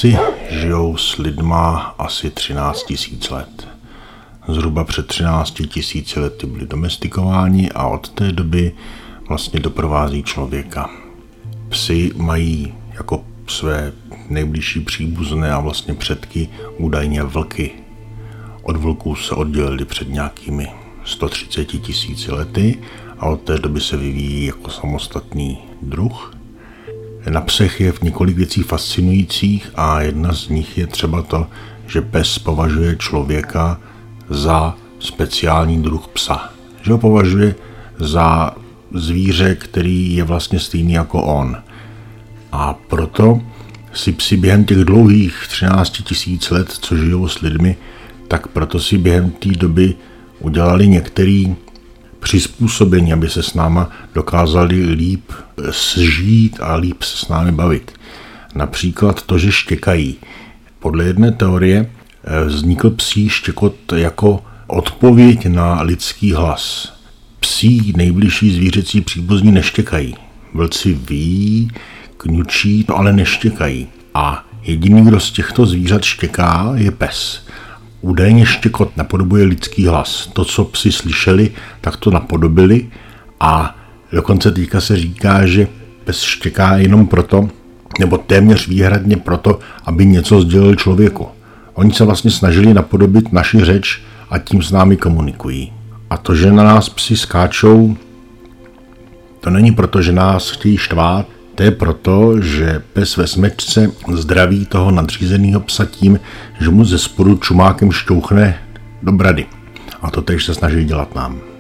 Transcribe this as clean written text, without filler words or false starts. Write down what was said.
Psy žijou s lidma asi 13 000 let. Zhruba před 13 000 lety byli domestikováni a od té doby vlastně doprovází člověka. Psi mají jako své nejbližší příbuzné a vlastně předky údajně vlky. Od vlků se oddělili před nějakými 130 000 lety a od té doby se vyvíjí jako samostatný druh. Na psech je několik věcí fascinujících a jedna z nich je třeba to, že pes považuje člověka za speciální druh psa. Že ho považuje za zvíře, který je vlastně stejný jako on. A proto si psi během těch dlouhých 13 000 let, co žijou s lidmi, tak proto si během té doby udělali některé přizpůsobení, aby se s náma dokázali líp sžít a líp se s námi bavit. Například to, že štěkají. Podle jedné teorie vznikl psí štěkot jako odpověď na lidský hlas. Psí nejbližší zvířecí příbuzní neštěkají. Vlci ví, kňučí, ale neštěkají. A jediný, kdo z těchto zvířat štěká, je pes. Údajně štěkot napodobuje lidský hlas. To, co psi slyšeli, tak to napodobili a dokonce teďka se říká, že pes štěká jenom proto, nebo téměř výhradně proto, aby něco sdělil člověku. Oni se vlastně snažili napodobit naši řeč a tím s námi komunikují. A to, že na nás psi skáčou, to není proto, že nás chtějí štvát, to je proto, že pes ve smečce zdraví toho nadřízeného psa tím, že mu ze spodu čumákem šťouchne do brady. A to též se snaží dělat nám.